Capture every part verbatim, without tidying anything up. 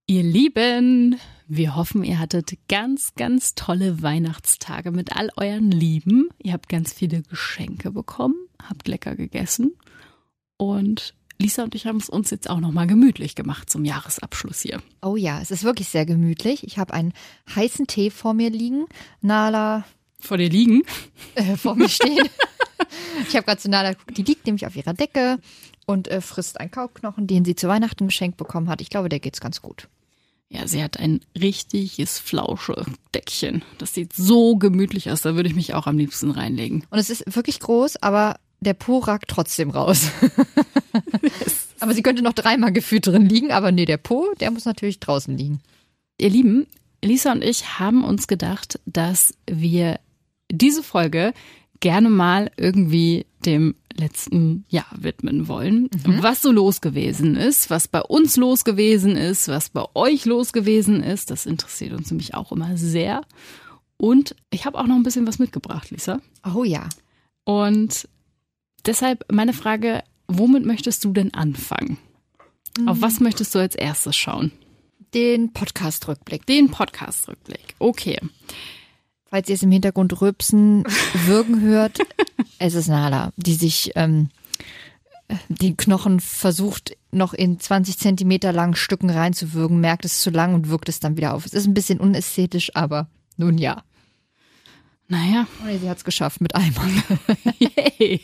Ihr Lieben, wir hoffen, ihr hattet ganz, ganz tolle Weihnachtstage mit all euren Lieben. Ihr habt ganz viele Geschenke bekommen, habt lecker gegessen und Lisa und ich haben es uns jetzt auch nochmal gemütlich gemacht zum Jahresabschluss hier. Oh ja, es ist wirklich sehr gemütlich. Ich habe einen heißen Tee vor mir liegen. Nala. Vor dir liegen? Äh, vor mir stehen. Ich habe gerade zu Nala geguckt, die liegt nämlich auf ihrer Decke und äh, frisst einen Kauknochen, den sie zu Weihnachten geschenkt bekommen hat. Ich glaube, der geht's ganz gut. Ja, sie hat ein richtiges Flauschedeckchen. Das sieht so gemütlich aus, da würde ich mich auch am liebsten reinlegen. Und es ist wirklich groß, aber der Po ragt trotzdem raus. Aber sie könnte noch dreimal gefühlt drin liegen, aber nee, der Po, der muss natürlich draußen liegen. Ihr Lieben, Lisa und ich haben uns gedacht, dass wir diese Folge gerne mal irgendwie dem letzten Jahr widmen wollen. Mhm. Was so los gewesen ist, was bei uns los gewesen ist, was bei euch los gewesen ist, das interessiert uns nämlich auch immer sehr. Und ich habe auch noch ein bisschen was mitgebracht, Lisa. Oh ja. Und deshalb meine Frage, womit möchtest du denn anfangen? Mhm. Auf was möchtest du als erstes schauen? Den Podcast-Rückblick. Den Podcast-Rückblick, okay. Falls ihr es im Hintergrund rülpsen, würgen hört, es ist Nala, die sich ähm, den Knochen versucht, noch in zwanzig Zentimeter langen Stücken reinzuwürgen, merkt es zu lang und wirkt es dann wieder auf. Es ist ein bisschen unästhetisch, aber nun ja. Naja. Oh nee, sie hat es geschafft mit einmal. Yay.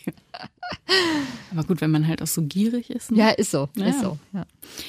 Aber gut, wenn man halt auch so gierig ist. Ne? Ja, ist so. Ja. Ist so ja.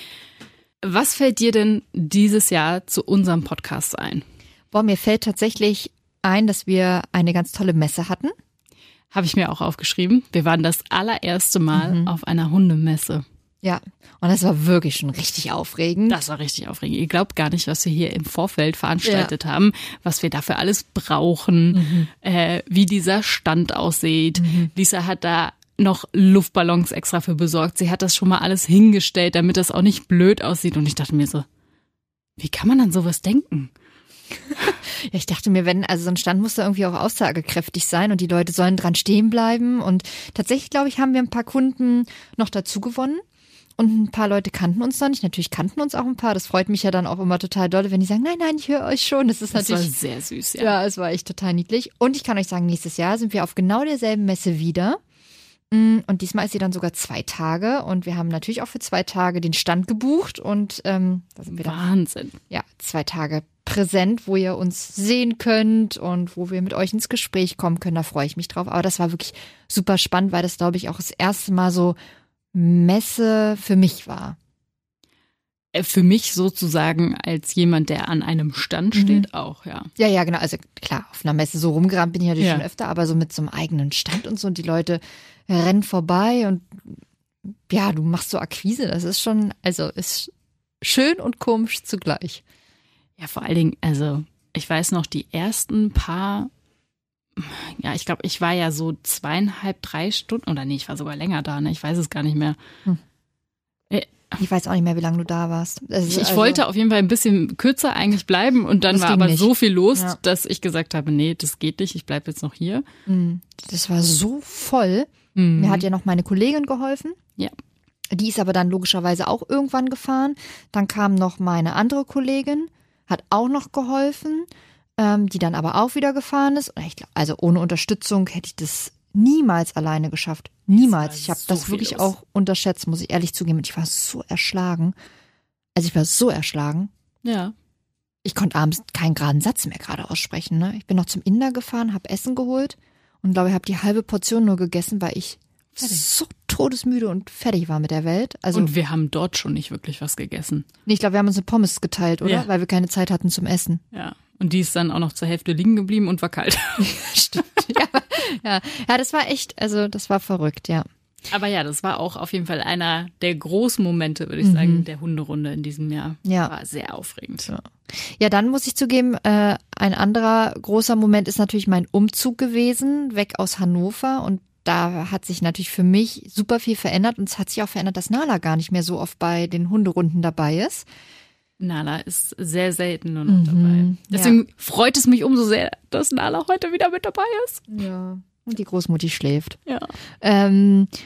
Was fällt dir denn dieses Jahr zu unserem Podcast ein? Boah, mir fällt tatsächlich ein, dass wir eine ganz tolle Messe hatten. Habe ich mir auch aufgeschrieben. Wir waren das allererste Mal mhm. auf einer Hundemesse. Ja, und das war wirklich schon richtig aufregend. Das war richtig aufregend. Ihr glaubt gar nicht, was wir hier im Vorfeld veranstaltet ja. haben, was wir dafür alles brauchen, mhm. äh, wie dieser Stand aussieht. Mhm. Lisa hat da noch Luftballons extra für besorgt. Sie hat das schon mal alles hingestellt, damit das auch nicht blöd aussieht. Und ich dachte mir so, wie kann man an sowas denken? Ja, ich dachte mir, wenn, also so ein Stand muss da irgendwie auch aussagekräftig sein und die Leute sollen dran stehen bleiben. Und tatsächlich, glaube ich, haben wir ein paar Kunden noch dazu gewonnen. Und ein paar Leute kannten uns noch nicht. Natürlich kannten uns auch ein paar. Das freut mich ja dann auch immer total doll, wenn die sagen, nein, nein, ich höre euch schon. Das ist das natürlich. Das war sehr süß, ja. Ja, es war echt total niedlich. Und ich kann euch sagen, nächstes Jahr sind wir auf genau derselben Messe wieder. Und diesmal ist sie dann sogar zwei Tage. Und wir haben natürlich auch für zwei Tage den Stand gebucht. Und ähm, da sind wir dann. Wahnsinn. Ja, zwei Tage präsent, wo ihr uns sehen könnt und wo wir mit euch ins Gespräch kommen können. Da freue ich mich drauf. Aber das war wirklich super spannend, weil das, glaube ich, auch das erste Mal so Messe für mich war. Für mich sozusagen als jemand, der an einem Stand steht, mhm. auch, ja. Ja, ja, genau. Also klar, auf einer Messe so rumgerannt bin ich natürlich ja. schon öfter, aber so mit so einem eigenen Stand und so und die Leute rennen vorbei und ja, du machst so Akquise. Das ist schon, also ist schön und komisch zugleich. Ja, vor allen Dingen, also ich weiß noch, die ersten paar, ja, ich glaube, ich war ja so zweieinhalb, drei Stunden, oder nee, ich war sogar länger da, ne? Ich weiß es gar nicht mehr. Hm. Ich weiß auch nicht mehr, wie lange du da warst. Ich, ich also, wollte auf jeden Fall ein bisschen kürzer eigentlich bleiben und dann war aber nicht. so viel los, ja. dass ich gesagt habe, nee, das geht nicht, ich bleibe jetzt noch hier. Das war so voll. Mhm. Mir hat ja noch meine Kollegin geholfen. Ja. Die ist aber dann logischerweise auch irgendwann gefahren. Dann kam noch meine andere Kollegin, hat auch noch geholfen, ähm, die dann aber auch wieder gefahren ist. Ich glaub, also ohne Unterstützung hätte ich das niemals alleine geschafft. Niemals. Ich habe so das wirklich auch unterschätzt, muss ich ehrlich zugeben. Ich war so erschlagen. Also ich war so erschlagen. Ja. Ich konnte abends keinen geraden Satz mehr gerade aussprechen. Ne? Ich bin noch zum Inder gefahren, habe Essen geholt und glaube, ich habe die halbe Portion nur gegessen, weil ich fertig. so todesmüde und fertig war mit der Welt. Also, und wir haben dort schon nicht wirklich was gegessen. Nee, ich glaube, wir haben uns eine Pommes geteilt, oder? Ja. Weil wir keine Zeit hatten zum Essen. Ja. Und die ist dann auch noch zur Hälfte liegen geblieben und war kalt. Stimmt. Ja, ja. ja, das war echt, also das war verrückt, ja. Aber ja, das war auch auf jeden Fall einer der großen Momente, würde ich mhm. sagen, der Hunderunde in diesem Jahr. Ja. War sehr aufregend. Ja, ja dann muss ich zugeben, äh, ein anderer großer Moment ist natürlich mein Umzug gewesen, weg aus Hannover. Und da hat sich natürlich für mich super viel verändert. Und es hat sich auch verändert, dass Nala gar nicht mehr so oft bei den Hunderunden dabei ist. Nala ist sehr selten nur noch mhm, dabei. Deswegen ja. freut es mich umso sehr, dass Nala heute wieder mit dabei ist. Ja, und die Großmutti schläft. Ja. Ähm,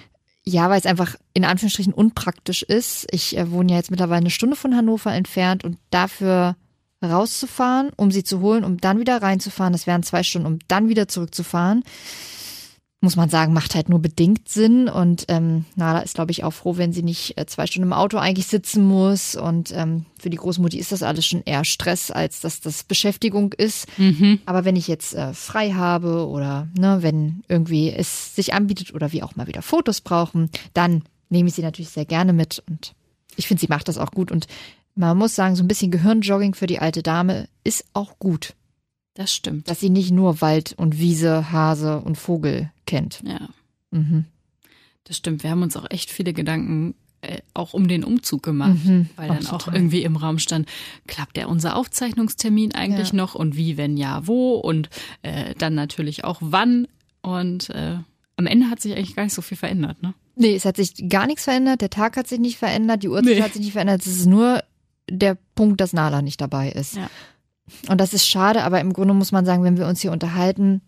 Ja, weil es einfach in Anführungsstrichen unpraktisch ist. Ich äh, wohne ja jetzt mittlerweile eine Stunde von Hannover entfernt und dafür rauszufahren, um sie zu holen, um dann wieder reinzufahren, das wären zwei Stunden, um dann wieder zurückzufahren, muss man sagen, macht halt nur bedingt Sinn. Und ähm, Nala ist, glaube ich, auch froh, wenn sie nicht äh, zwei Stunden im Auto eigentlich sitzen muss. Und ähm, für die Großmutti ist das alles schon eher Stress, als dass das Beschäftigung ist. Mhm. Aber wenn ich jetzt äh, frei habe oder ne, wenn irgendwie es sich anbietet oder wir auch mal wieder Fotos brauchen, dann nehme ich sie natürlich sehr gerne mit. Und ich finde, sie macht das auch gut. Und man muss sagen, so ein bisschen Gehirnjogging für die alte Dame ist auch gut. Das stimmt. Dass sie nicht nur Wald und Wiese, Hase und Vogel kennt. Ja, Mhm. das stimmt. Wir haben uns auch echt viele Gedanken äh, auch um den Umzug gemacht, Mhm. weil Auch dann auch total. irgendwie im Raum stand, klappt der unser Aufzeichnungstermin eigentlich Ja. noch und wie, wenn ja, wo und äh, dann natürlich auch wann. Und äh, am Ende hat sich eigentlich gar nicht so viel verändert, ne? Nee, es hat sich gar nichts verändert, der Tag hat sich nicht verändert, die Uhrzeit Nee. hat sich nicht verändert. Es ist nur der Punkt, dass Nala nicht dabei ist. Ja. Und das ist schade, aber im Grunde muss man sagen, wenn wir uns hier unterhalten,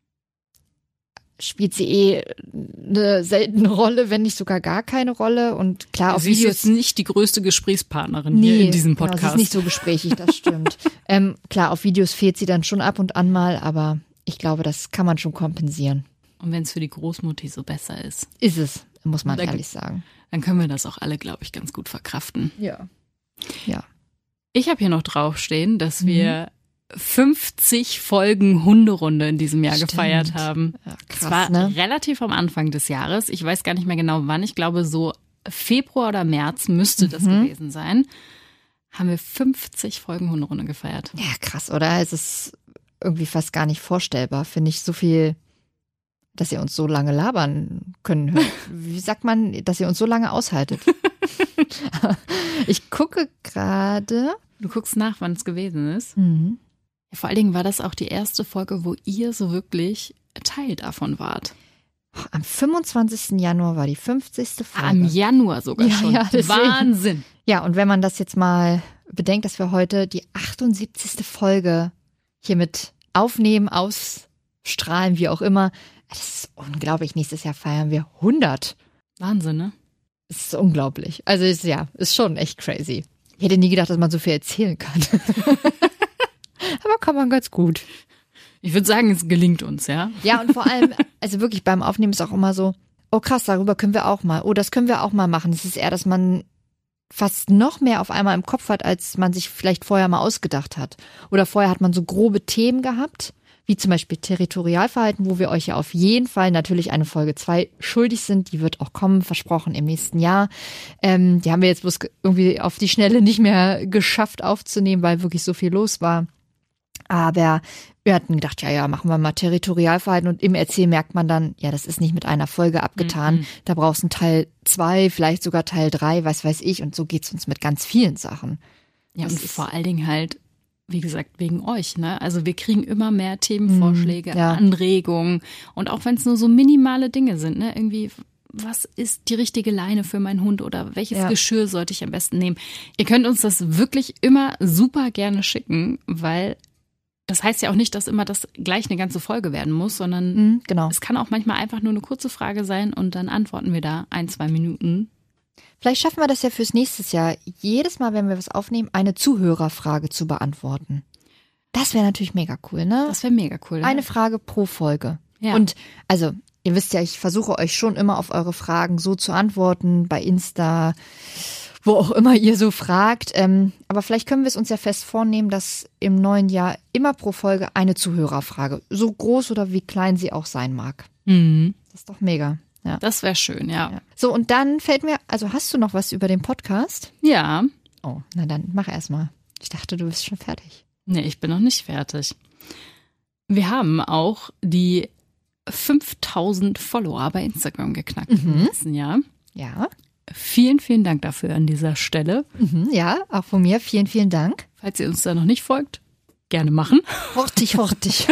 spielt sie eh eine seltene Rolle, wenn nicht sogar gar keine Rolle. Und klar, auf Sie ist Videos jetzt nicht die größte Gesprächspartnerin hier in diesem genau, Podcast. sie ist nicht so gesprächig, das stimmt. ähm, klar, auf Videos fehlt sie dann schon ab und an mal, aber ich glaube, das kann man schon kompensieren. Und wenn es für die Großmutti so besser ist, Ist es, muss man Da- ehrlich sagen. dann können wir das auch alle, glaube ich, ganz gut verkraften. Ja. Ja. Ich habe hier noch draufstehen, dass Mhm. wir fünfzig Folgen Hunderunde in diesem Jahr Stimmt. gefeiert haben. Ja, Es krass, war ne? relativ am Anfang des Jahres. Ich weiß gar nicht mehr genau wann. Ich glaube, so Februar oder März müsste das Mhm. gewesen sein. Haben wir fünfzig Folgen Hunderunde gefeiert. Ja, krass, oder? Es ist irgendwie fast gar nicht vorstellbar, finde ich, so viel, dass ihr uns so lange labern können. Wie sagt man, dass ihr uns so lange aushaltet? Ich gucke gerade. Du guckst nach, wann es gewesen ist. Mhm. Ja, vor allen Dingen war das auch die erste Folge, wo ihr so wirklich Teil davon wart. Am fünfundzwanzigsten Januar war die fünfzigste Folge. Am Januar sogar Ja, schon. ja, deswegen. Wahnsinn. Ja, und wenn man das jetzt mal bedenkt, dass wir heute die achtundsiebzigste Folge hiermit aufnehmen, ausstrahlen, wie auch immer, das ist unglaublich. Nächstes Jahr feiern wir hundert. Wahnsinn, ne? Das ist unglaublich. Also ist, ja, ist schon echt crazy. Ich hätte nie gedacht, dass man so viel erzählen kann. Aber kann man ganz gut. Ich würde sagen, es gelingt uns, ja. Ja, und vor allem, also wirklich beim Aufnehmen ist auch immer so, oh krass, darüber können wir auch mal. Oh, das können wir auch mal machen. Es ist eher, dass man fast noch mehr auf einmal im Kopf hat, als man sich vielleicht vorher mal ausgedacht hat. Oder vorher hat man so grobe Themen gehabt, wie zum Beispiel Territorialverhalten, wo wir euch ja auf jeden Fall natürlich eine Folge zwei schuldig sind. Die wird auch kommen, versprochen, im nächsten Jahr. Ähm, die haben wir jetzt bloß irgendwie auf die Schnelle nicht mehr geschafft aufzunehmen, weil wirklich so viel los war. Aber wir hatten gedacht, ja, ja, machen wir mal Territorialverhalten und im Erzählen merkt man dann, ja, das ist nicht mit einer Folge abgetan. Mhm. Da brauchst du einen Teil zwei, vielleicht sogar Teil drei, was weiß ich. Und so geht's uns mit ganz vielen Sachen. Ja, Das und ist- vor allen Dingen halt, wie gesagt, wegen euch, ne? Also wir kriegen immer mehr Themenvorschläge, Mhm, ja. Anregungen. Und auch wenn es nur so minimale Dinge sind, ne? Irgendwie, was ist die richtige Leine für meinen Hund oder welches Ja. Geschirr sollte ich am besten nehmen? Ihr könnt uns das wirklich immer super gerne schicken, weil das heißt ja auch nicht, dass immer das gleich eine ganze Folge werden muss, sondern Mhm, genau. es kann auch manchmal einfach nur eine kurze Frage sein und dann antworten wir da ein, zwei Minuten. Vielleicht schaffen wir das ja fürs nächste Jahr, jedes Mal, wenn wir was aufnehmen, eine Zuhörerfrage zu beantworten. Das wäre natürlich mega cool, ne? Das wäre mega cool. Ne? Eine Frage pro Folge. Ja. Und also, ihr wisst ja, ich versuche euch schon immer auf eure Fragen so zu antworten, bei Insta, wo auch immer ihr so fragt. Ähm, aber vielleicht können wir es uns ja fest vornehmen, dass im neuen Jahr immer pro Folge eine Zuhörerfrage, so groß oder wie klein sie auch sein mag. Mhm. Das ist doch mega. Ja. Das wäre schön, ja. Ja. So, und dann fällt mir, also hast du noch was über den Podcast? Ja. Oh, na dann mach erst mal. Ich dachte, du bist schon fertig. Nee, ich bin noch nicht fertig. Wir haben auch die fünftausend Follower bei Instagram geknackt im Mhm. letzten Jahr. Ja. Vielen, vielen Dank dafür an dieser Stelle. Mhm, ja, auch von mir. Vielen, vielen Dank. Falls ihr uns da noch nicht folgt, gerne machen. Hortig, hortig.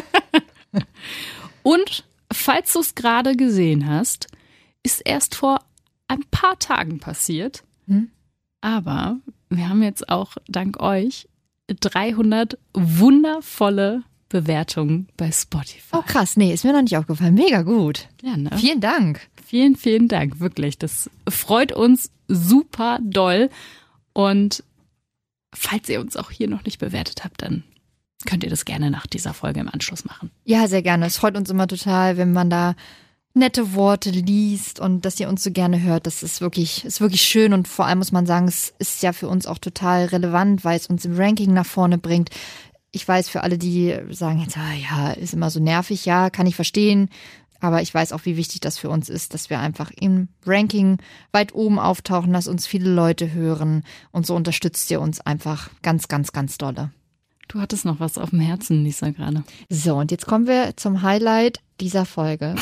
Und falls du es gerade gesehen hast, ist erst vor ein paar Tagen passiert. Hm? Aber wir haben jetzt auch dank euch dreihundert wundervolle Bewertung bei Spotify. Oh krass, nee, ist mir noch nicht aufgefallen. Mega gut. Ja, ne? Vielen Dank. Vielen, vielen Dank, wirklich. Das freut uns super doll. Und falls ihr uns auch hier noch nicht bewertet habt, dann könnt ihr das gerne nach dieser Folge im Anschluss machen. Ja, sehr gerne. Es freut uns immer total, wenn man da nette Worte liest und dass ihr uns so gerne hört. Das ist wirklich, ist wirklich schön und vor allem muss man sagen, es ist ja für uns auch total relevant, weil es uns im Ranking nach vorne bringt. Ich weiß, für alle, die sagen jetzt, ah, ja, ist immer so nervig, ja, kann ich verstehen. Aber ich weiß auch, wie wichtig das für uns ist, dass wir einfach im Ranking weit oben auftauchen, dass uns viele Leute hören. Und so unterstützt ihr uns einfach ganz, ganz, ganz dolle. Du hattest noch was auf dem Herzen, Lisa, gerade. So, und jetzt kommen wir zum Highlight dieser Folge.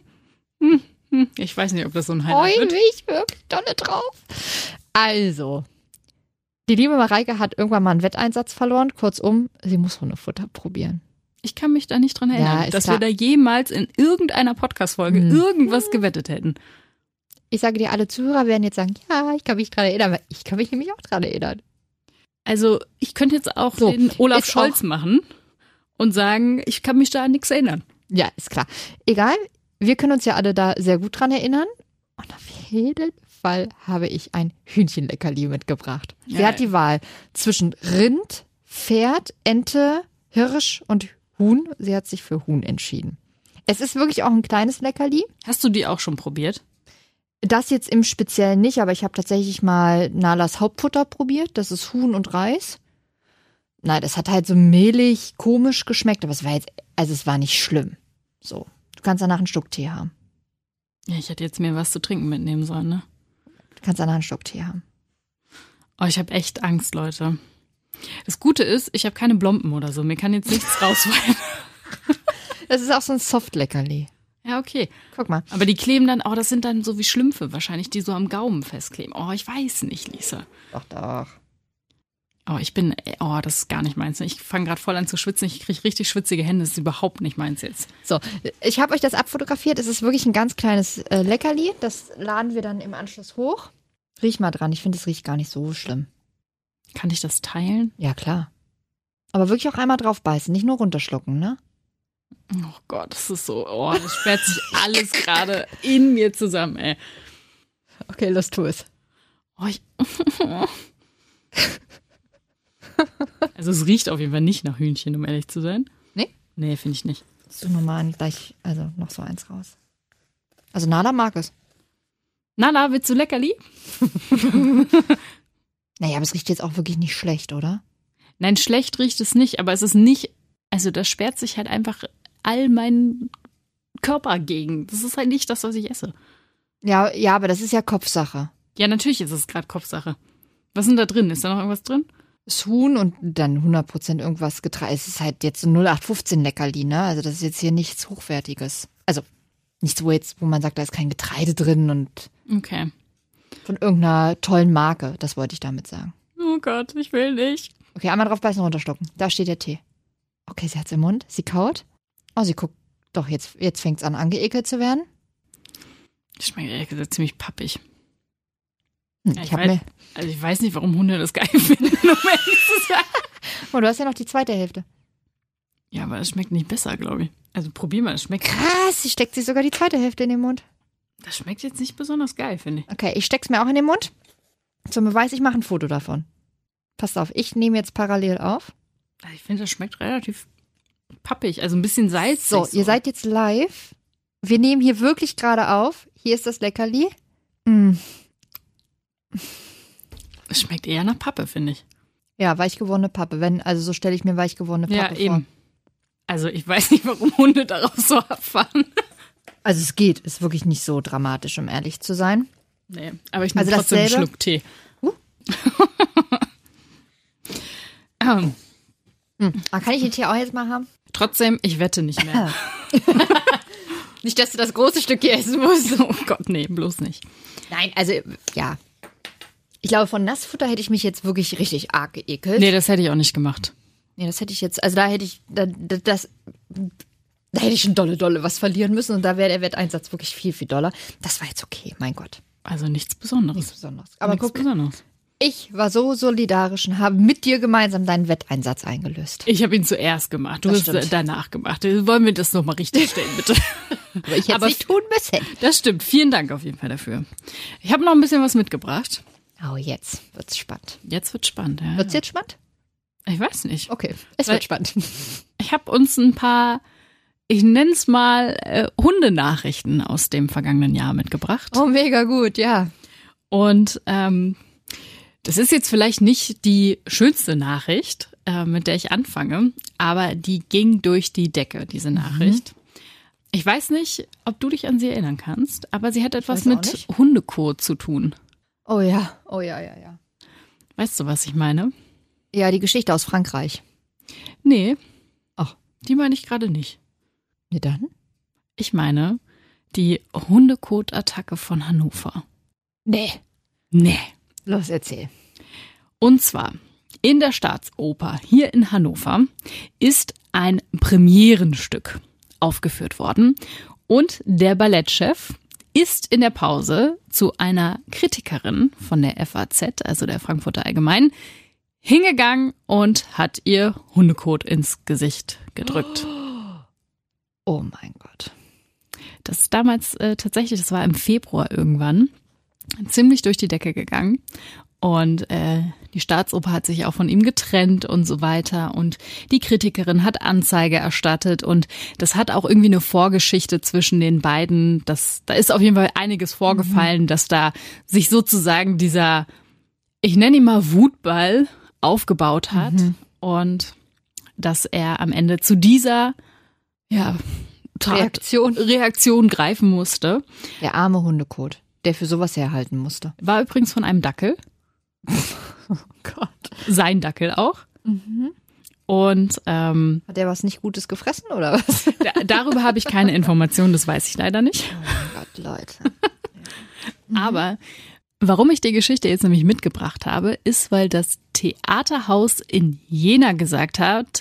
Ich weiß nicht, ob das so ein Highlight wird. Freue mich wirklich dolle drauf. Also, die liebe Mareike hat irgendwann mal einen Wetteinsatz verloren. Kurzum, sie muss Hundefutter probieren. Ich kann mich da nicht dran erinnern, Ja, dass klar. wir da jemals in irgendeiner Podcast-Folge Hm. irgendwas gewettet hätten. Ich sage dir, alle Zuhörer werden jetzt sagen, ja, ich kann mich dran erinnern, aber ich kann mich nämlich auch dran erinnern. Also ich könnte jetzt auch So, den Olaf ist Scholz auch- machen und sagen, ich kann mich da an nichts erinnern. Ja, ist klar. Egal, wir können uns ja alle da sehr gut dran erinnern. Und auf jeden Fall habe ich ein Hühnchenleckerli mitgebracht. Sie Ja. hat die Wahl zwischen Rind, Pferd, Ente, Hirsch und Huhn. Sie hat sich für Huhn entschieden. Es ist wirklich auch ein kleines Leckerli. Hast du die auch schon probiert? Das jetzt im Speziellen nicht, aber ich habe tatsächlich mal Nalas Hauptfutter probiert. Das ist Huhn und Reis. Nein, das hat halt so mehlig, komisch geschmeckt, aber es war jetzt, also es war nicht schlimm. So, du kannst danach einen Schluck Tee haben. Ja, ich hätte jetzt mir was zu trinken mitnehmen sollen, ne? Du kannst danach einen Schluck Tee haben. Oh, ich habe echt Angst, Leute. Das Gute ist, ich habe keine Blomben oder so. Mir kann jetzt nichts rausfallen. Das ist auch so ein Soft-Leckerli. Ja, okay. Guck mal. Aber die kleben dann, oh, das sind dann so wie Schlümpfe wahrscheinlich, die so am Gaumen festkleben. Oh, ich weiß nicht, Lisa. Doch, doch. Oh, ich bin, oh, das ist gar nicht meins. Ich fange gerade voll an zu schwitzen. Ich kriege richtig schwitzige Hände. Das ist überhaupt nicht meins jetzt. So, ich habe euch das abfotografiert. Es ist wirklich ein ganz kleines äh, Leckerli. Das laden wir dann im Anschluss hoch. Riech mal dran. Ich finde, es riecht gar nicht so schlimm. Kann ich das teilen? Ja, klar. Aber wirklich auch einmal drauf beißen, nicht nur runterschlucken, ne? Oh Gott, das ist so, oh, das sperrt sich alles gerade in mir zusammen, ey. Okay, los, tu es. Oh, ich, also es riecht auf jeden Fall nicht nach Hühnchen, um ehrlich zu sein. Nee? Nee, finde ich nicht. Du nochmal gleich, also noch so eins raus. Also Nala mag es. Nala, willst du Leckerli? Naja, aber es riecht jetzt auch wirklich nicht schlecht, oder? Nein, schlecht riecht es nicht, aber es ist nicht, also das sperrt sich halt einfach all meinen Körper gegen. Das ist halt nicht das, was ich esse. Ja, ja, aber das ist ja Kopfsache. Ja, natürlich ist es gerade Kopfsache. Was ist denn da drin? Ist da noch irgendwas drin? Das Huhn und dann hundert Prozent irgendwas Getreide. Es ist halt jetzt so null acht fünfzehn Leckerli, ne? Also das ist jetzt hier nichts Hochwertiges. Also nichts, wo jetzt, wo man sagt, da ist kein Getreide drin und Okay. von irgendeiner tollen Marke. Das wollte ich damit sagen. Oh Gott, ich will nicht. Okay, einmal drauf beißen, runterschlucken. Da steht der Tee. Okay, sie hat's im Mund. Sie kaut. Oh, sie guckt. Doch, jetzt, jetzt fängt's an, angeekelt zu werden. Das schmeckt ehrlich gesagt ziemlich pappig. Hm, Ja, ich ich hab weiß- mir. Also ich weiß nicht, warum Hunde das geil finden, um ehrlich zu sein. Oh, du hast ja noch die zweite Hälfte. Ja, aber es schmeckt nicht besser, glaube ich. Also probier mal, es schmeckt, Krass, sie steckt sich sogar die zweite Hälfte in den Mund. das schmeckt jetzt nicht besonders geil, finde ich. Okay, ich steck's mir auch in den Mund. Zum Beweis, ich mache ein Foto davon. Passt auf, ich nehme jetzt parallel auf. Also ich finde, das schmeckt relativ pappig, also ein bisschen salzig. So, ihr seid jetzt live. Wir nehmen hier wirklich gerade auf. Hier ist das Leckerli. Mm. Es schmeckt eher nach Pappe, finde ich. Ja, weich gewordene Pappe. Wenn, also so stelle ich mir weich gewordene Ja, Pappe vor. eben. Also ich weiß nicht, warum Hunde darauf so abfahren. Also es geht, ist wirklich nicht so dramatisch, um ehrlich zu sein. Nee, aber ich nehme Also trotzdem einen dasselbe? Schluck Tee. Uh. ähm, Hm. Aber kann ich den Tee auch jetzt mal haben? trotzdem, ich wette nicht mehr. Nicht, dass du das große Stück hier essen musst. Oh Gott, nee, bloß nicht. Nein, also ja. Ich glaube, von Nassfutter hätte ich mich jetzt wirklich richtig arg geekelt. Nee, das hätte ich auch nicht gemacht. Nee, das hätte ich jetzt, also da hätte ich, da, da- das, da hätte ich schon dolle, dolle was verlieren müssen und da wäre der Wetteinsatz wirklich viel, viel doller. Das war jetzt okay, mein Gott. Also nichts Besonderes. Nichts Besonderes. Aber nichts guck, Besonderes. Ich war so solidarisch und habe mit dir gemeinsam deinen Wetteinsatz eingelöst. Ich habe ihn zuerst gemacht, du Das hast stimmt. danach gemacht. Wollen wir das nochmal richtig stellen, bitte? Aber ich hätte Aber es nicht tun müssen. Das stimmt, vielen Dank auf jeden Fall dafür. Ich habe noch ein bisschen was mitgebracht. Oh, jetzt wird's spannend. Jetzt wird's spannend, ja. Wird's jetzt spannend? Ich weiß nicht. Okay, es Weil- wird spannend. Ich habe uns ein paar, ich nenne es mal, äh, Hundenachrichten aus dem vergangenen Jahr mitgebracht. Oh, mega gut, ja. Und ähm, das ist jetzt vielleicht nicht die schönste Nachricht, äh, mit der ich anfange, aber die ging durch die Decke, diese Nachricht. Mhm. Ich weiß nicht, ob du dich an sie erinnern kannst, aber sie hat etwas Weiß auch mit nicht. Hundekot zu tun. Oh ja, oh ja, ja, ja. Weißt du, was ich meine? Ja, die Geschichte aus Frankreich. Nee. Ach. Die meine ich gerade nicht. Nee, dann? Ich meine die Hundekot-Attacke von Hannover. Nee. Nee. Los, erzähl. Und zwar in der Staatsoper hier in Hannover ist ein Premierenstück aufgeführt worden und der Ballettchef ist in der Pause zu einer Kritikerin von der F A Z, also der Frankfurter Allgemeinen, hingegangen und hat ihr Hundekot ins Gesicht gedrückt. Oh mein Gott. Das ist damals äh, tatsächlich, das war im Februar irgendwann, ziemlich durch die Decke gegangen. Und äh, die Staatsoper hat sich auch von ihm getrennt und so weiter. Und die Kritikerin hat Anzeige erstattet. Und das hat auch irgendwie eine Vorgeschichte zwischen den beiden. Das, da ist auf jeden Fall einiges vorgefallen, mhm. dass da sich sozusagen dieser, ich nenne ihn mal Wutball, aufgebaut hat. Mhm. Und dass er am Ende zu dieser ja, Tat, Reaktion. Reaktion greifen musste. Der arme Hundekot, der für sowas herhalten musste. War übrigens von einem Dackel. Oh Gott. Sein Dackel auch. Mhm. Und ähm, hat er was nicht Gutes gefressen oder was? da, darüber habe ich keine Informationen, das weiß ich leider nicht. Oh mein Gott, Leute. Mhm. Aber warum ich die Geschichte jetzt nämlich mitgebracht habe, ist, weil das Theaterhaus in Jena gesagt hat,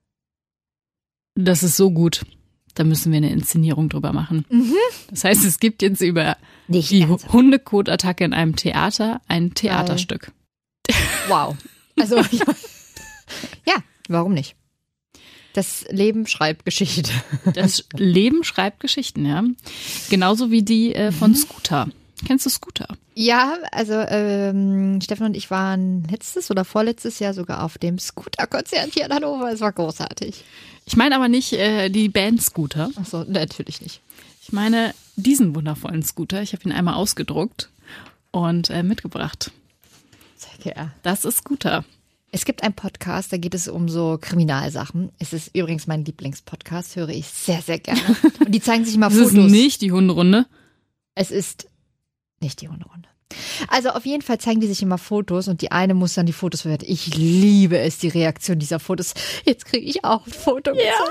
das ist so gut, da müssen wir eine Inszenierung drüber machen. Mhm. Das heißt, es gibt jetzt über Nicht die ernsthaft. Hundekotattacke in einem Theater ein Theaterstück. Wow. Also, ja, warum nicht? Das Leben schreibt Geschichte. Das Leben schreibt Geschichten, ja. Genauso wie die äh, von Mhm. Scooter. Kennst du Scooter? Ja, also ähm, Stefan und ich waren letztes oder vorletztes Jahr sogar auf dem Scooter-Konzert hier in Hannover. Es war großartig. Ich meine aber nicht äh, die Band Scooter. Ach so, natürlich nicht. Ich meine diesen wundervollen Scooter. Ich habe ihn einmal ausgedruckt und äh, mitgebracht. Sehr gerne. Das ist Scooter. Es gibt einen Podcast, da geht es um so Kriminalsachen. Es ist übrigens mein Lieblingspodcast, höre ich sehr, sehr gerne. Und die zeigen sich immer Das Fotos. ist nicht die Hunderunde. Es ist nicht die Hunderunde. Also auf jeden Fall zeigen die sich immer Fotos und die eine muss dann die Fotos verwerten. Ich liebe es, die Reaktion dieser Fotos. Jetzt kriege ich auch ein Foto. Ja.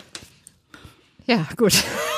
Ja, gut.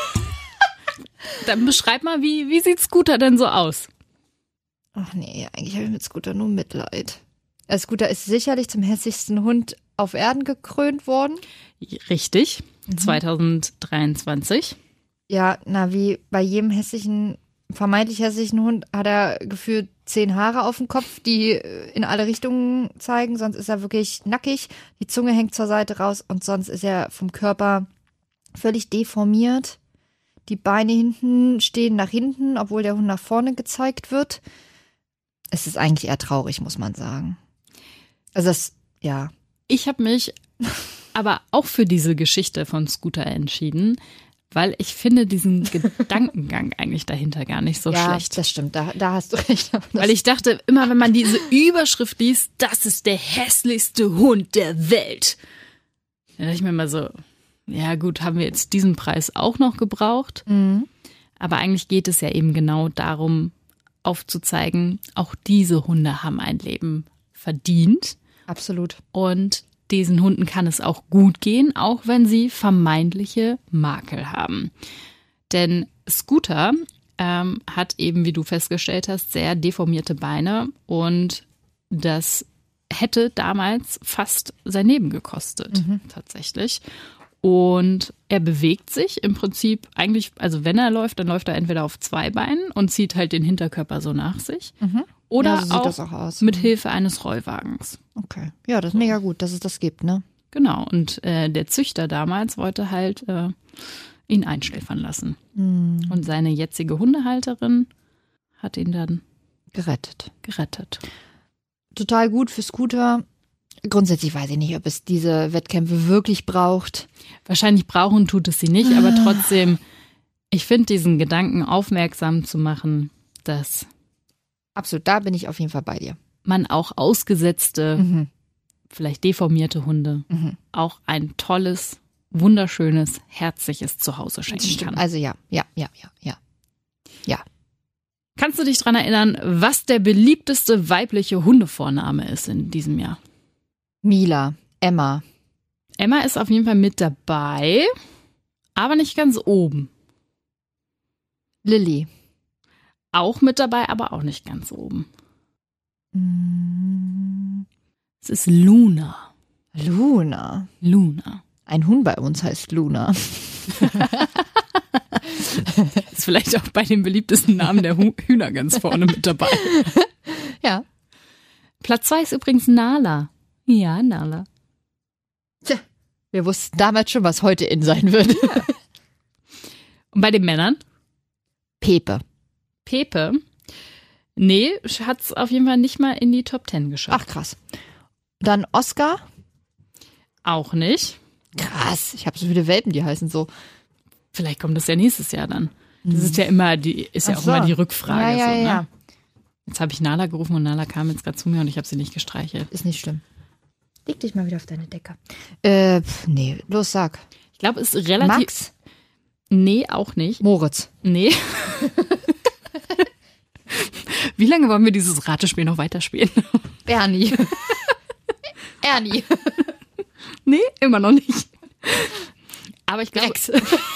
Dann beschreib mal, wie, wie sieht Scooter denn so aus? Ach nee, eigentlich habe ich mit Scooter nur Mitleid. Der Scooter ist sicherlich zum hässlichsten Hund auf Erden gekrönt worden. Richtig, Mhm. zwanzig dreiundzwanzig. Ja, na, wie bei jedem hässlichen, vermeintlich hässlichen Hund hat er gefühlt zehn Haare auf dem Kopf, die in alle Richtungen zeigen. Sonst ist er wirklich nackig. Die Zunge hängt zur Seite raus und sonst ist er vom Körper völlig deformiert. Die Beine hinten stehen nach hinten, obwohl der Hund nach vorne gezeigt wird. Es ist eigentlich eher traurig, muss man sagen. Also das, ja. Ich habe mich aber auch für diese Geschichte von Scooter entschieden, weil ich finde diesen Gedankengang eigentlich dahinter gar nicht so ja, schlecht. das stimmt, da, da hast du recht. Das Weil ich dachte, immer wenn man diese Überschrift liest, das ist der hässlichste Hund der Welt. Da dachte ich mir immer so, ja gut, haben wir jetzt diesen Preis auch noch gebraucht? Mhm. Aber eigentlich geht es ja eben genau darum, aufzuzeigen, auch diese Hunde haben ein Leben verdient. Absolut. Und diesen Hunden kann es auch gut gehen, auch wenn sie vermeintliche Makel haben. Denn Scooter ähm, hat eben, wie du festgestellt hast, sehr deformierte Beine und das hätte damals fast sein Leben gekostet, mhm. tatsächlich. Und er bewegt sich im Prinzip eigentlich, also wenn er läuft, dann läuft er entweder auf zwei Beinen und zieht halt den Hinterkörper so nach sich. Mhm. Oder Ja, so sieht auch, das auch aus. mit Hilfe eines Rollwagens. Okay. Ja, das ist mega gut, dass es das gibt, ne? Genau, und äh, der Züchter damals wollte halt äh, ihn einschläfern lassen. Hm. Und seine jetzige Hundehalterin hat ihn dann Gerettet. gerettet. Total gut für Scooter. Grundsätzlich weiß ich nicht, ob es diese Wettkämpfe wirklich braucht. Wahrscheinlich brauchen tut es sie nicht, aber trotzdem, ich finde diesen Gedanken aufmerksam zu machen, dass Absolut, da bin ich auf jeden Fall bei dir. man auch ausgesetzte, Mhm. vielleicht deformierte Hunde Mhm. auch ein tolles, wunderschönes, herzliches Zuhause schenken Stimmt. kann. Also ja, ja, ja, ja, ja. Ja. Kannst du dich daran erinnern, was der beliebteste weibliche Hundevorname ist in diesem Jahr? Mila, Emma. Emma ist auf jeden Fall mit dabei, aber nicht ganz oben. Lilly. Auch mit dabei, aber auch nicht ganz oben. Mm, Es ist Luna. Luna. Luna. Ein Huhn bei uns heißt Luna. Ist vielleicht auch bei den beliebtesten Namen der Hu- Hühner ganz vorne mit dabei. Ja. Platz zwei ist übrigens Nala. Ja, Nala. Tja, wir wussten damals schon, was heute in sein wird. Und bei den Männern? Pepe. Pepe. Nee, hat es auf jeden Fall nicht mal in die Top Ten geschafft. Ach, krass. Dann Oscar. Auch nicht. Krass. Ich habe so viele Welpen, die heißen so. Vielleicht kommt das ja nächstes Jahr dann. Das ist ja immer die, ist ja Ach auch so. immer die Rückfrage. Ja, ja, so, ne? ja. Jetzt habe ich Nala gerufen und Nala kam jetzt gerade zu mir und ich habe sie nicht gestreichelt. Ist nicht schlimm. Leg dich mal wieder auf deine Decke. Äh, pf, nee, los, sag. Ich glaube, es ist relativ. Max. Nee, auch nicht. Moritz. Nee. Wie lange wollen wir dieses Ratespiel noch weiterspielen? Bernie. Ernie. Nee, immer noch nicht. Aber ich glaube. Rex.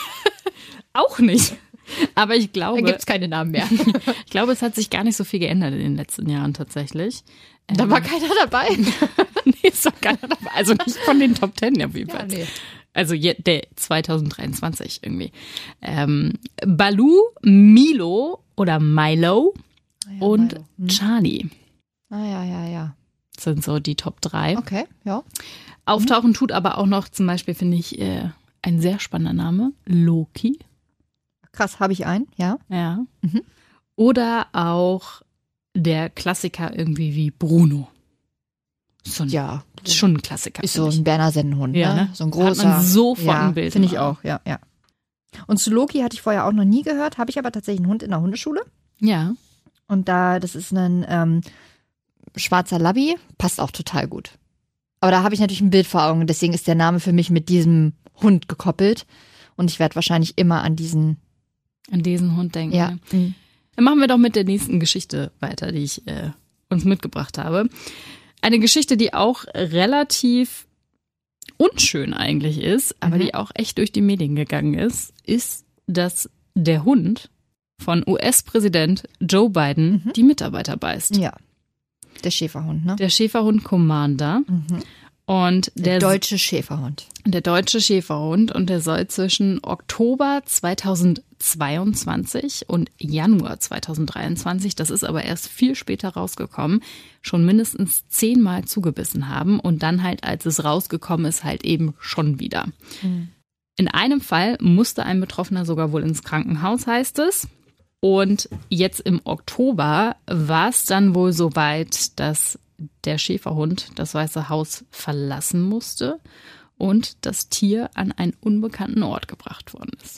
Auch nicht. Aber ich glaube. Dann gibt's keine Namen mehr. Ich glaube, es hat sich gar nicht so viel geändert in den letzten Jahren tatsächlich. Da war keiner dabei. Nee, ist doch keiner dabei. Also nicht von den Top Ten auf jeden Ja, Fall. nee. Also je, der zwanzig dreiundzwanzig irgendwie. Ähm, Baloo, Milo oder Milo ja, und Milo. Hm. Charlie Ah, ja, ja, ja. sind so die Top drei. Okay, ja. Auftauchen tut aber auch noch zum Beispiel, finde ich, äh, ein sehr spannender Name, Loki. Krass, habe ich einen, ja. Ja. Mhm. Oder auch der Klassiker irgendwie wie Bruno. So ein, Ja. Schon ein Klassiker. Ist so finde ich. ein Berner Sennenhund, Ja, ne? ne? So ein Hat man großer. sofort ja, ein Bild Finde ich im auch, ja, ja. Und zu Loki hatte ich vorher auch noch nie gehört, habe ich aber tatsächlich einen Hund in der Hundeschule. Ja. Und da, das ist ein ähm, schwarzer Labby, passt auch total gut. Aber da habe ich natürlich ein Bild vor Augen, deswegen ist der Name für mich mit diesem Hund gekoppelt. Und ich werde wahrscheinlich immer an diesen, An diesen Hund denken. ja. ne? Mhm. Dann machen wir doch mit der nächsten Geschichte weiter, die ich äh, uns mitgebracht habe. Eine Geschichte, die auch relativ unschön eigentlich ist, aber Mhm. die auch echt durch die Medien gegangen ist, ist, dass der Hund von U S-Präsident Joe Biden Mhm. die Mitarbeiter beißt. Ja. Der Schäferhund, ne? Der Schäferhund Commander Mhm. und Der der, deutsche Schäferhund. der deutsche Schäferhund und der soll zwischen Oktober zweitausendzweiundzwanzig und Januar zweitausenddreiundzwanzig, das ist aber erst viel später rausgekommen, schon mindestens zehnmal zugebissen haben und dann halt, als es rausgekommen ist, halt eben schon wieder. Mhm. In einem Fall musste ein Betroffener sogar wohl ins Krankenhaus, heißt es. Und jetzt im Oktober war es dann wohl so weit, dass der Schäferhund das Weiße Haus verlassen musste und das Tier an einen unbekannten Ort gebracht worden ist.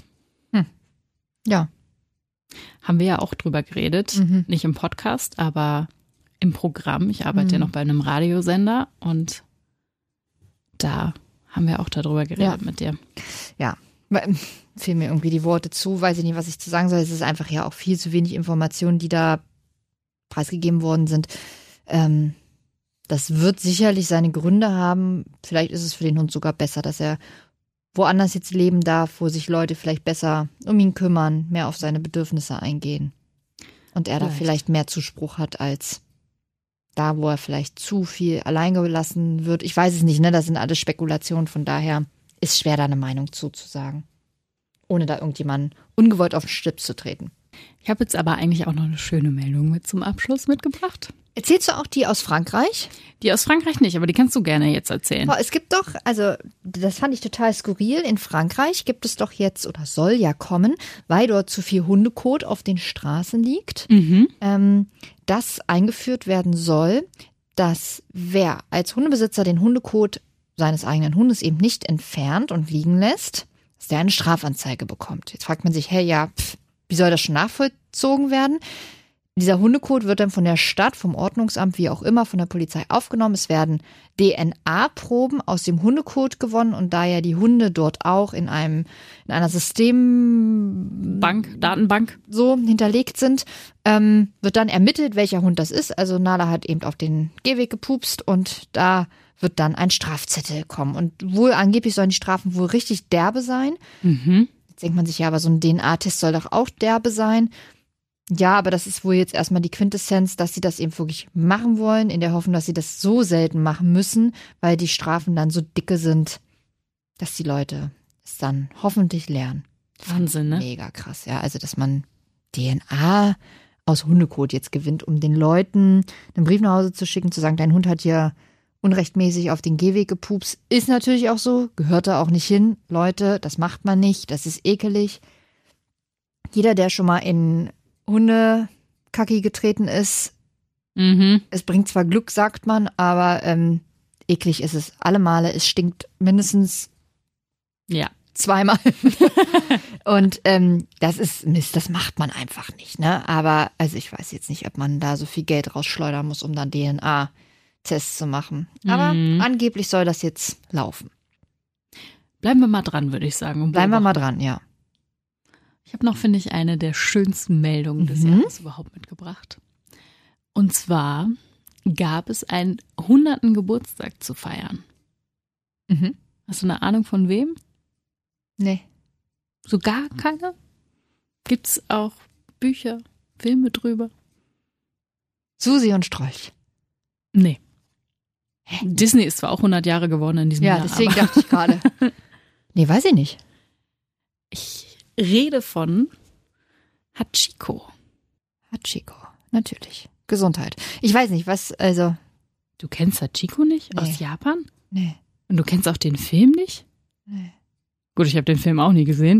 Ja. Haben wir ja auch drüber geredet, Mhm. nicht im Podcast, aber im Programm. Ich arbeite ja Mhm. noch bei einem Radiosender und da haben wir auch darüber geredet Ja. mit dir. Ja. Fehlen mir irgendwie die Worte zu, weiß ich nicht, was ich zu sagen soll. Es ist einfach ja auch viel zu wenig Informationen, die da preisgegeben worden sind. Ähm, das wird sicherlich seine Gründe haben. Vielleicht ist es für den Hund sogar besser, dass er woanders jetzt leben darf, wo sich Leute vielleicht besser um ihn kümmern, mehr auf seine Bedürfnisse eingehen. Und er da Vielleicht. vielleicht mehr Zuspruch hat als da, wo er vielleicht zu viel allein gelassen wird. Ich weiß es nicht, ne? Das sind alles Spekulationen, von daher ist schwer, da eine Meinung zuzusagen. Ohne da irgendjemanden ungewollt auf den Schlips zu treten. Ich habe jetzt aber eigentlich auch noch eine schöne Meldung mit zum Abschluss mitgebracht. Erzählst du auch die aus Frankreich? Die aus Frankreich nicht, aber die kannst du gerne jetzt erzählen. Boah, es gibt doch, also das fand ich total skurril, in Frankreich gibt es doch jetzt oder soll ja kommen, weil dort zu viel Hundekot auf den Straßen liegt, Mhm. ähm, dass eingeführt werden soll, dass wer als Hundebesitzer den Hundekot seines eigenen Hundes eben nicht entfernt und liegen lässt, dass der eine Strafanzeige bekommt. Jetzt fragt man sich, hey, ja, pff, wie soll das schon nachvollzogen werden? Dieser Hundekot wird dann von der Stadt, vom Ordnungsamt, wie auch immer, von der Polizei aufgenommen. Es werden D N A-Proben aus dem Hundekot gewonnen und da ja die Hunde dort auch in einem in einer System Bank, Datenbank. so hinterlegt sind, ähm, wird dann ermittelt, welcher Hund das ist. Also Nala hat eben auf den Gehweg gepupst und da wird dann ein Strafzettel kommen. Und wohl angeblich sollen die Strafen wohl richtig derbe sein. Mhm. Jetzt denkt man sich ja, aber so ein D N A-Test soll doch auch derbe sein. Ja, aber das ist wohl jetzt erstmal die Quintessenz, dass sie das eben wirklich machen wollen, in der Hoffnung, dass sie das so selten machen müssen, weil die Strafen dann so dicke sind, dass die Leute es dann hoffentlich lernen. Wahnsinn, ne? Mega krass, ja. Also, dass man D N A aus Hundekot jetzt gewinnt, um den Leuten einen Brief nach Hause zu schicken, zu sagen, dein Hund hat hier unrechtmäßig auf den Gehweg gepupst. Ist natürlich auch so, gehört da auch nicht hin. Leute, das macht man nicht, das ist ekelig. Jeder, der schon mal in Hundekacki getreten ist, Mhm. es bringt zwar Glück, sagt man, aber ähm, eklig ist es alle Male. Es stinkt mindestens Ja. zweimal. Und ähm, das ist Mist, das macht man einfach nicht, ne? Aber also ich weiß jetzt nicht, ob man da so viel Geld rausschleudern muss, um dann D N A-Tests zu machen. Aber Mhm. angeblich soll das jetzt laufen. Bleiben wir mal dran, würde ich sagen. und Bleiben wir mal beobachten. dran, ja. Ich habe noch, finde ich, eine der schönsten Meldungen des Mhm. Jahres überhaupt mitgebracht. Und zwar gab es einen hunderten Geburtstag zu feiern. Mhm. Hast du eine Ahnung von wem? Nee. So gar keine? Gibt's auch Bücher, Filme drüber? Susi und Strolch. Nee. Disney ist zwar auch hundert Jahre geworden in diesem Ja, Jahr, deswegen aber dachte ich gerade. Nee, weiß ich nicht. ich rede von Hachiko. Hachiko, natürlich. Gesundheit. Ich weiß nicht, was, also, Du kennst Hachiko nicht? Nee. Aus Japan? nee, Und du kennst auch den Film nicht? nee. Gut, ich habe den Film auch nie gesehen.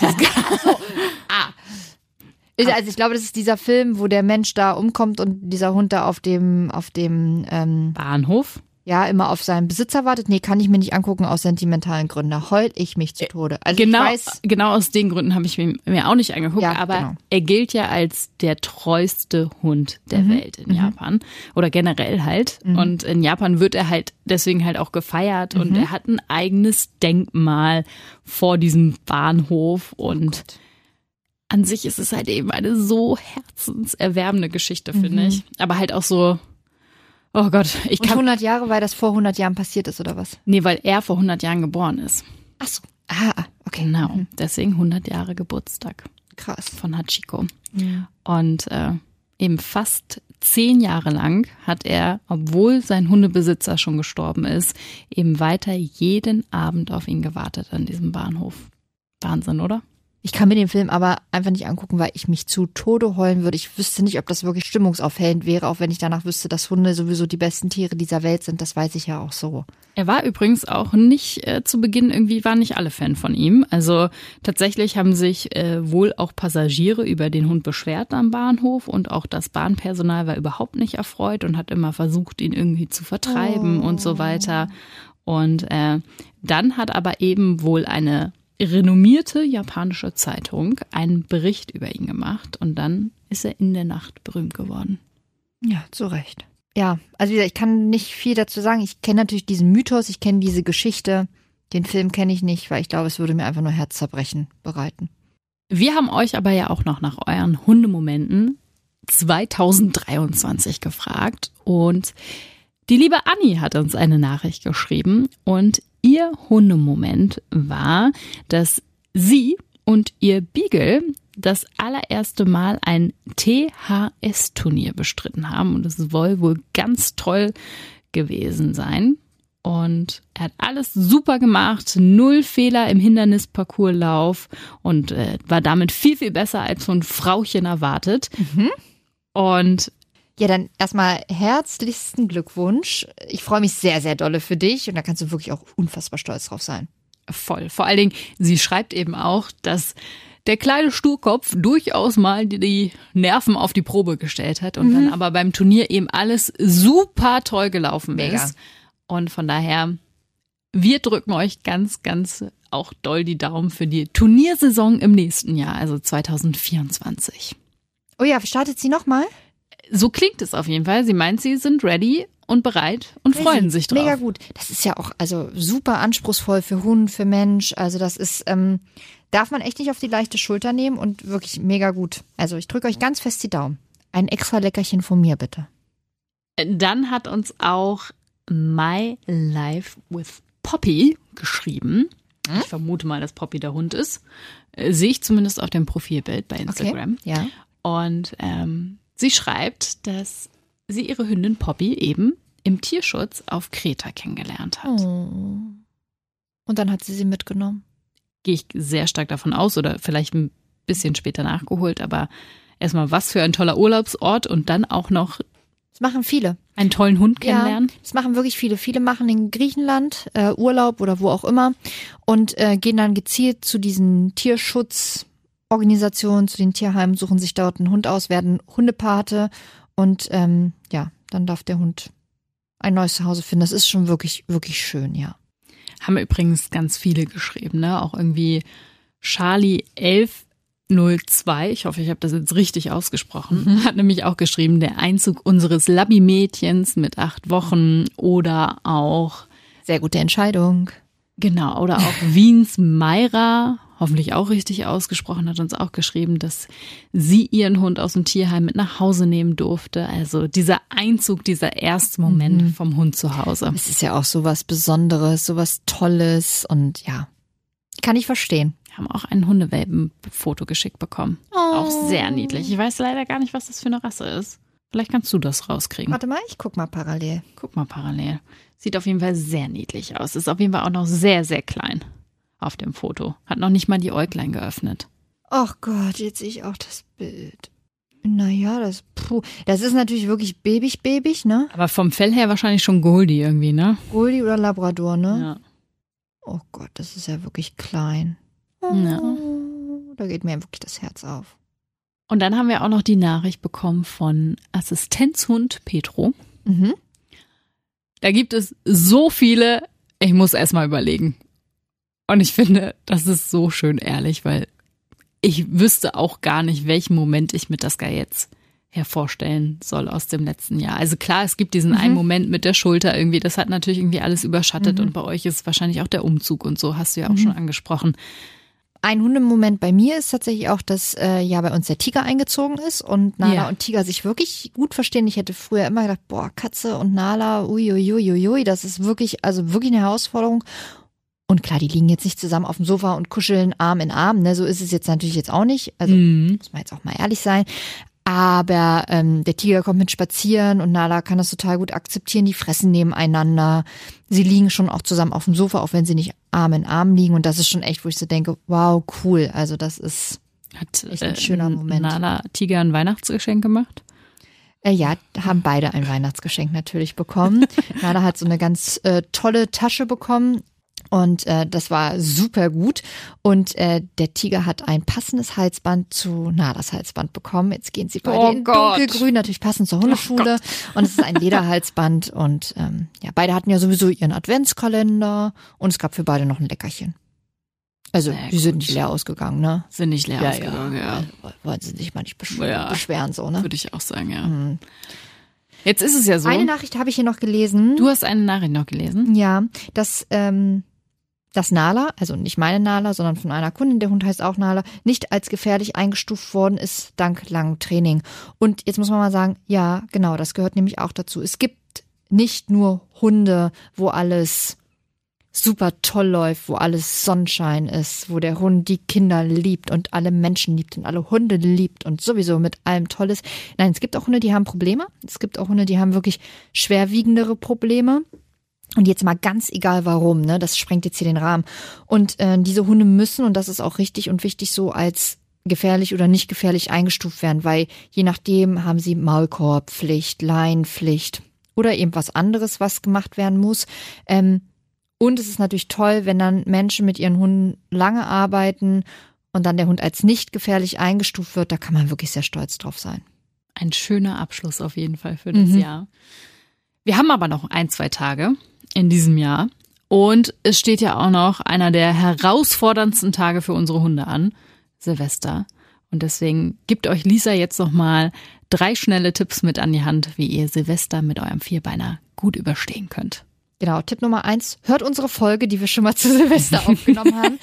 Ah. Also ich glaube, das ist dieser Film, wo der Mensch da umkommt und dieser Hund da auf dem, auf dem, ähm, Bahnhof? ja, immer auf seinen Besitzer wartet. Nee, kann ich mir nicht angucken aus sentimentalen Gründen. Da heul ich mich zu Tode. Also Genau, ich weiß, genau aus den Gründen habe ich mir, mir auch nicht angeguckt, Ja, aber genau. er gilt ja als der treueste Hund der Mhm. Welt in Mhm. Japan oder generell halt. Mhm. Und in Japan wird er halt deswegen halt auch gefeiert und Mhm. er hat ein eigenes Denkmal vor diesem Bahnhof und an sich ist es halt eben eine so herzenserwärmende Geschichte, finde Mhm. ich. Aber halt auch so, oh Gott, ich und kann, hundert Jahre, weil das vor hundert Jahren passiert ist, oder was? nee, weil er vor hundert Jahren geboren ist. Ach so. Ah, okay. Genau, Mhm. deswegen hundert Jahre Geburtstag Krass. von Hachiko. Mhm. Und äh, eben fast zehn Jahre lang hat er, obwohl sein Hundebesitzer schon gestorben ist, eben weiter jeden Abend auf ihn gewartet an diesem Bahnhof. Wahnsinn, oder? Ich kann mir den Film aber einfach nicht angucken, weil ich mich zu Tode heulen würde. Ich wüsste nicht, ob das wirklich stimmungsaufhellend wäre, auch wenn ich danach wüsste, dass Hunde sowieso die besten Tiere dieser Welt sind. Das weiß ich ja auch so. Er war übrigens auch nicht äh, zu Beginn, irgendwie waren nicht alle Fan von ihm. Also tatsächlich haben sich äh, wohl auch Passagiere über den Hund beschwert am Bahnhof und auch das Bahnpersonal war überhaupt nicht erfreut und hat immer versucht, ihn irgendwie zu vertreiben Oh. und so weiter. Und äh, dann hat aber eben wohl eine renommierte japanische Zeitung einen Bericht über ihn gemacht und dann ist er in der Nacht berühmt geworden. Ja, zu Recht. Ja, also wie gesagt, ich kann nicht viel dazu sagen. Ich kenne natürlich diesen Mythos, ich kenne diese Geschichte. Den Film kenne ich nicht, weil ich glaube, es würde mir einfach nur Herzzerbrechen bereiten. Wir haben euch aber ja auch noch nach euren Hundemomenten zweitausenddreiundzwanzig gefragt und die liebe Anni hat uns eine Nachricht geschrieben und ihr Hundemoment war, dass sie und ihr Beagle das allererste Mal ein T H S-Turnier bestritten haben und es soll wohl ganz toll gewesen sein. Und er hat alles super gemacht, null Fehler im Hindernisparcourslauf und äh, war damit viel, viel besser als von Frauchen erwartet. Mhm. Und ja, dann erstmal herzlichsten Glückwunsch. Ich freue mich sehr, sehr dolle für dich und da kannst du wirklich auch unfassbar stolz drauf sein. Voll. Vor allen Dingen, sie schreibt eben auch, dass der kleine Sturkopf durchaus mal die Nerven auf die Probe gestellt hat und mhm. dann aber beim Turnier eben alles super toll gelaufen Mega. ist. Und von daher, wir drücken euch ganz, ganz auch doll die Daumen für die Turniersaison im nächsten Jahr, also zwanzig vierundzwanzig. Oh ja, startet sie nochmal? So klingt es auf jeden Fall. Sie meint, sie sind ready und bereit und Crazy. Freuen sich drauf. Mega gut. Das ist ja auch also super anspruchsvoll für Hund, für Mensch. Also das ist, ähm, darf man echt nicht auf die leichte Schulter nehmen und wirklich mega gut. Also ich drücke euch ganz fest die Daumen. Ein extra Leckerchen von mir, bitte. Dann hat uns auch My Life with Poppy geschrieben. Hm? Ich vermute mal, dass Poppy der Hund ist. Äh, sehe ich zumindest auf dem Profilbild bei Instagram. Okay. Ja. Und ähm, sie schreibt, dass sie ihre Hündin Poppy eben im Tierschutz auf Kreta kennengelernt hat. Oh. Und dann hat sie sie mitgenommen. Gehe ich sehr stark davon aus oder vielleicht ein bisschen später nachgeholt. Aber erstmal, was für ein toller Urlaubsort und dann auch noch Das machen viele. einen tollen Hund kennenlernen. Ja, das machen wirklich viele. Viele machen in Griechenland äh, Urlaub oder wo auch immer und äh, gehen dann gezielt zu diesen Tierschutzorganisationen, zu den Tierheimen, suchen sich dort einen Hund aus, werden Hundepate und ähm, ja, dann darf der Hund ein neues Zuhause finden. Das ist schon wirklich, wirklich schön, ja. Haben übrigens ganz viele geschrieben, ne? Auch irgendwie Charlie elf null zwei, ich hoffe, ich habe das jetzt richtig ausgesprochen, mhm. hat nämlich auch geschrieben, der Einzug unseres Labby-Mädchens mit acht Wochen oder auch Sehr gute Entscheidung. Genau, oder auch Wiens Mayra, hoffentlich auch richtig ausgesprochen, hat uns auch geschrieben, dass sie ihren Hund aus dem Tierheim mit nach Hause nehmen durfte. Also dieser Einzug, dieser erste Moment mhm. vom Hund zu Hause. Es ist ja auch so was Besonderes, so was Tolles und ja, kann ich verstehen. Wir haben auch ein Hundewelpen-Foto geschickt bekommen. Oh. Auch sehr niedlich. Ich weiß leider gar nicht, was das für eine Rasse ist. Vielleicht kannst du das rauskriegen. Warte mal, ich guck mal parallel. Guck mal parallel. Sieht auf jeden Fall sehr niedlich aus. Ist auf jeden Fall auch noch sehr, sehr klein auf dem Foto. Hat noch nicht mal die Äuglein geöffnet. Ach Gott, jetzt sehe ich auch das Bild. Naja, das, puh, das ist natürlich wirklich babig, babig, ne? Aber vom Fell her wahrscheinlich schon Goldie irgendwie, ne? Goldie oder Labrador, ne? Ja. Oh Gott, das ist ja wirklich klein. Ja. Da geht mir wirklich das Herz auf. Und dann haben wir auch noch die Nachricht bekommen von Assistenzhund Petro. Mhm. Da gibt es so viele, ich muss erst mal überlegen. Und ich finde, das ist so schön ehrlich, weil ich wüsste auch gar nicht, welchen Moment ich mit das Guy jetzt hervorstellen soll aus dem letzten Jahr. Also klar, es gibt diesen mhm. einen Moment mit der Schulter irgendwie, das hat natürlich irgendwie alles überschattet mhm. und bei euch ist wahrscheinlich auch der Umzug und so, hast du ja auch mhm. schon angesprochen. Ein Hundemoment bei mir ist tatsächlich auch, dass äh, ja bei uns der Tiger eingezogen ist und Nala ja. und Tiger sich wirklich gut verstehen. Ich hätte früher immer gedacht, boah, Katze und Nala, uiuiuiui, das ist wirklich, also wirklich eine Herausforderung. Und klar, die liegen jetzt nicht zusammen auf dem Sofa und kuscheln Arm in Arm, ne? So ist es jetzt natürlich jetzt auch nicht. Also mhm. muss man jetzt auch mal ehrlich sein. Aber ähm, der Tiger kommt mit spazieren und Nala kann das total gut akzeptieren. Die fressen nebeneinander. Sie liegen schon auch zusammen auf dem Sofa, auch wenn sie nicht Arm in Arm liegen. Und das ist schon echt, wo ich so denke, wow, cool. Also das ist Hat, echt ein schöner äh, Moment. Nala Tiger ein Weihnachtsgeschenk gemacht? Äh, ja, haben beide ein Weihnachtsgeschenk natürlich bekommen. Nala hat so eine ganz äh, tolle Tasche bekommen. Und äh, das war super gut. Und äh, der Tiger hat ein passendes Halsband zu Nalas Halsband bekommen. Jetzt gehen sie beide oh in Gott. dunkelgrün, natürlich passend zur Hundeschule. Oh und es ist ein Lederhalsband. Und ähm, ja, beide hatten ja sowieso ihren Adventskalender. Und es gab für beide noch ein Leckerchen. Also, Sehr die sind gut. nicht leer ausgegangen, ne? Sind nicht leer Ja, ausgegangen, ja. ja. Wollen sie sich mal nicht beschw- Ja. beschweren, so, ne? Würde ich auch sagen, ja. Mhm. Jetzt ist es ja so. Eine Nachricht habe ich hier noch gelesen. Du hast eine Nachricht noch gelesen? Ja, dass, ähm, dass Nala, also nicht meine Nala, sondern von einer Kundin, der Hund heißt auch Nala, nicht als gefährlich eingestuft worden ist, dank langem Training. Und jetzt muss man mal sagen, ja, genau, das gehört nämlich auch dazu. Es gibt nicht nur Hunde, wo alles super toll läuft, wo alles Sonnenschein ist, wo der Hund die Kinder liebt und alle Menschen liebt und alle Hunde liebt und sowieso mit allem toll ist. Nein, es gibt auch Hunde, die haben Probleme. Es gibt auch Hunde, die haben wirklich schwerwiegendere Probleme. Und jetzt mal ganz egal warum, ne? Das sprengt jetzt hier den Rahmen. Und äh, diese Hunde müssen, und das ist auch richtig und wichtig, so als gefährlich oder nicht gefährlich eingestuft werden, weil je nachdem haben sie Maulkorbpflicht, Leinenpflicht oder eben was anderes, was gemacht werden muss. Ähm, und es ist natürlich toll, wenn dann Menschen mit ihren Hunden lange arbeiten und dann der Hund als nicht gefährlich eingestuft wird. Da kann man wirklich sehr stolz drauf sein. Ein schöner Abschluss auf jeden Fall für das Mhm. Jahr. Wir haben aber noch ein, zwei Tage in diesem Jahr und es steht ja auch noch einer der herausforderndsten Tage für unsere Hunde an, Silvester. Und deswegen gibt euch Lisa jetzt noch mal drei schnelle Tipps mit an die Hand, wie ihr Silvester mit eurem Vierbeiner gut überstehen könnt. Genau, Tipp Nummer eins, hört unsere Folge, die wir schon mal zu Silvester aufgenommen haben.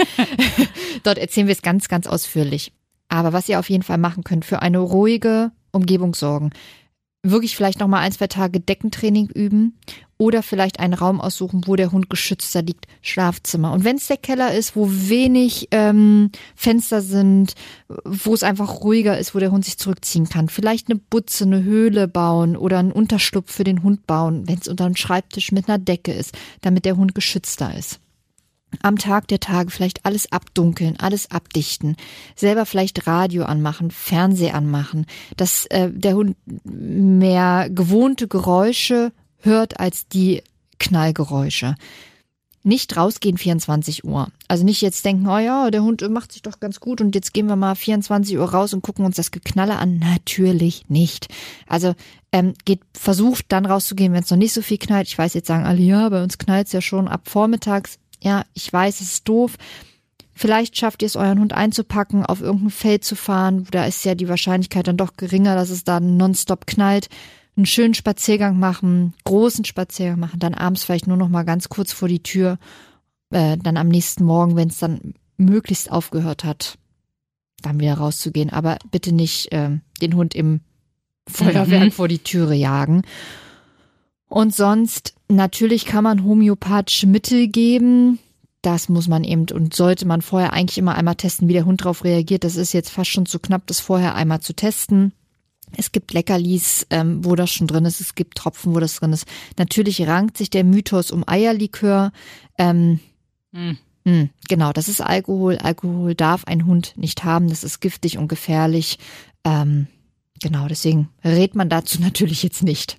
Dort erzählen wir es ganz, ganz ausführlich. Aber was ihr auf jeden Fall machen könnt, für eine ruhige Umgebung sorgen. Wirklich vielleicht noch mal ein, zwei Tage Deckentraining üben oder vielleicht einen Raum aussuchen, wo der Hund geschützter liegt, Schlafzimmer. Und wenn es der Keller ist, wo wenig ähm, Fenster sind, wo es einfach ruhiger ist, wo der Hund sich zurückziehen kann, vielleicht eine Butze, eine Höhle bauen oder einen Unterschlupf für den Hund bauen, wenn es unter einem Schreibtisch mit einer Decke ist, damit der Hund geschützter ist. Am Tag der Tage vielleicht alles abdunkeln, alles abdichten, selber vielleicht Radio anmachen, Fernseher anmachen, dass äh, der Hund mehr gewohnte Geräusche hört als die Knallgeräusche. Nicht rausgehen vierundzwanzig Uhr. Also nicht jetzt denken, oh ja, der Hund macht sich doch ganz gut und jetzt gehen wir mal vierundzwanzig Uhr raus und gucken uns das Geknalle an. Natürlich nicht. Also ähm, geht, versucht dann rauszugehen, wenn es noch nicht so viel knallt. Ich weiß, jetzt sagen alle, ja, bei uns knallt es ja schon ab vormittags. Ja, ich weiß, es ist doof. Vielleicht schafft ihr es, euren Hund einzupacken, auf irgendein Feld zu fahren. Da ist ja die Wahrscheinlichkeit dann doch geringer, dass es da nonstop knallt. Einen schönen Spaziergang machen, großen Spaziergang machen, dann abends vielleicht nur noch mal ganz kurz vor die Tür, äh, dann am nächsten Morgen, wenn es dann möglichst aufgehört hat, dann wieder rauszugehen. Aber bitte nicht äh, den Hund im Feuerwerk mhm. vor die Türe jagen. Und sonst, natürlich kann man homöopathische Mittel geben. Das muss man eben und sollte man vorher eigentlich immer einmal testen, wie der Hund darauf reagiert. Das ist jetzt fast schon zu knapp, das vorher einmal zu testen. Es gibt Leckerlis, ähm, wo das schon drin ist. Es gibt Tropfen, wo das drin ist. Natürlich rankt sich der Mythos um Eierlikör. Ähm, mm. mh, genau, das ist Alkohol. Alkohol darf ein Hund nicht haben. Das ist giftig und gefährlich. Ähm, genau, deswegen rät man dazu natürlich jetzt nicht.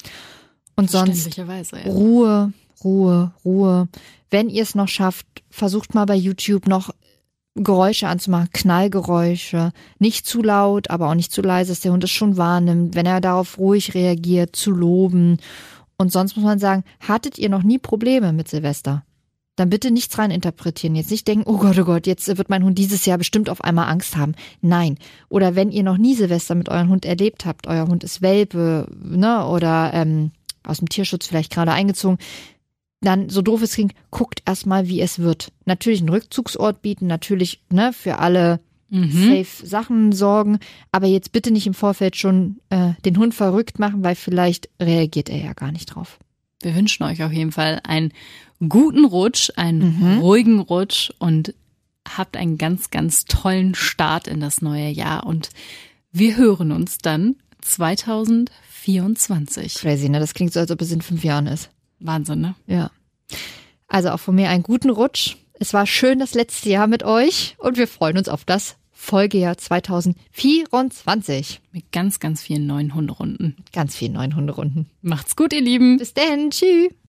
Und sonst ja. Ruhe, Ruhe, Ruhe. Wenn ihr es noch schafft, versucht mal bei YouTube noch Geräusche anzumachen, Knallgeräusche. Nicht zu laut, aber auch nicht zu leise, dass der Hund es schon wahrnimmt. Wenn er darauf ruhig reagiert, zu loben. Und sonst muss man sagen, hattet ihr noch nie Probleme mit Silvester? Dann bitte nichts rein interpretieren. Jetzt nicht denken, oh Gott, oh Gott, jetzt wird mein Hund dieses Jahr bestimmt auf einmal Angst haben. Nein. Oder wenn ihr noch nie Silvester mit eurem Hund erlebt habt, euer Hund ist Welpe, ne, oder ähm, aus dem Tierschutz vielleicht gerade eingezogen, dann, so doof es klingt, guckt erstmal, wie es wird. Natürlich einen Rückzugsort bieten, natürlich ne, für alle mhm. safe Sachen sorgen, aber jetzt bitte nicht im Vorfeld schon äh, den Hund verrückt machen, weil vielleicht reagiert er ja gar nicht drauf. Wir wünschen euch auf jeden Fall einen guten Rutsch, einen Mhm. ruhigen Rutsch und habt einen ganz, ganz tollen Start in das neue Jahr. Und wir hören uns dann zwanzig vierundzwanzig. Crazy, ne? Das klingt so, als ob es in fünf Jahren ist. Wahnsinn, ne? Ja. Also auch von mir einen guten Rutsch. Es war schön das letzte Jahr mit euch und wir freuen uns auf das Folgejahr zwanzig vierundzwanzig. Mit ganz, ganz vielen neuen Hunderunden. Ganz vielen neuen Hunderunden. Macht's gut, ihr Lieben. Bis dann. Tschüss.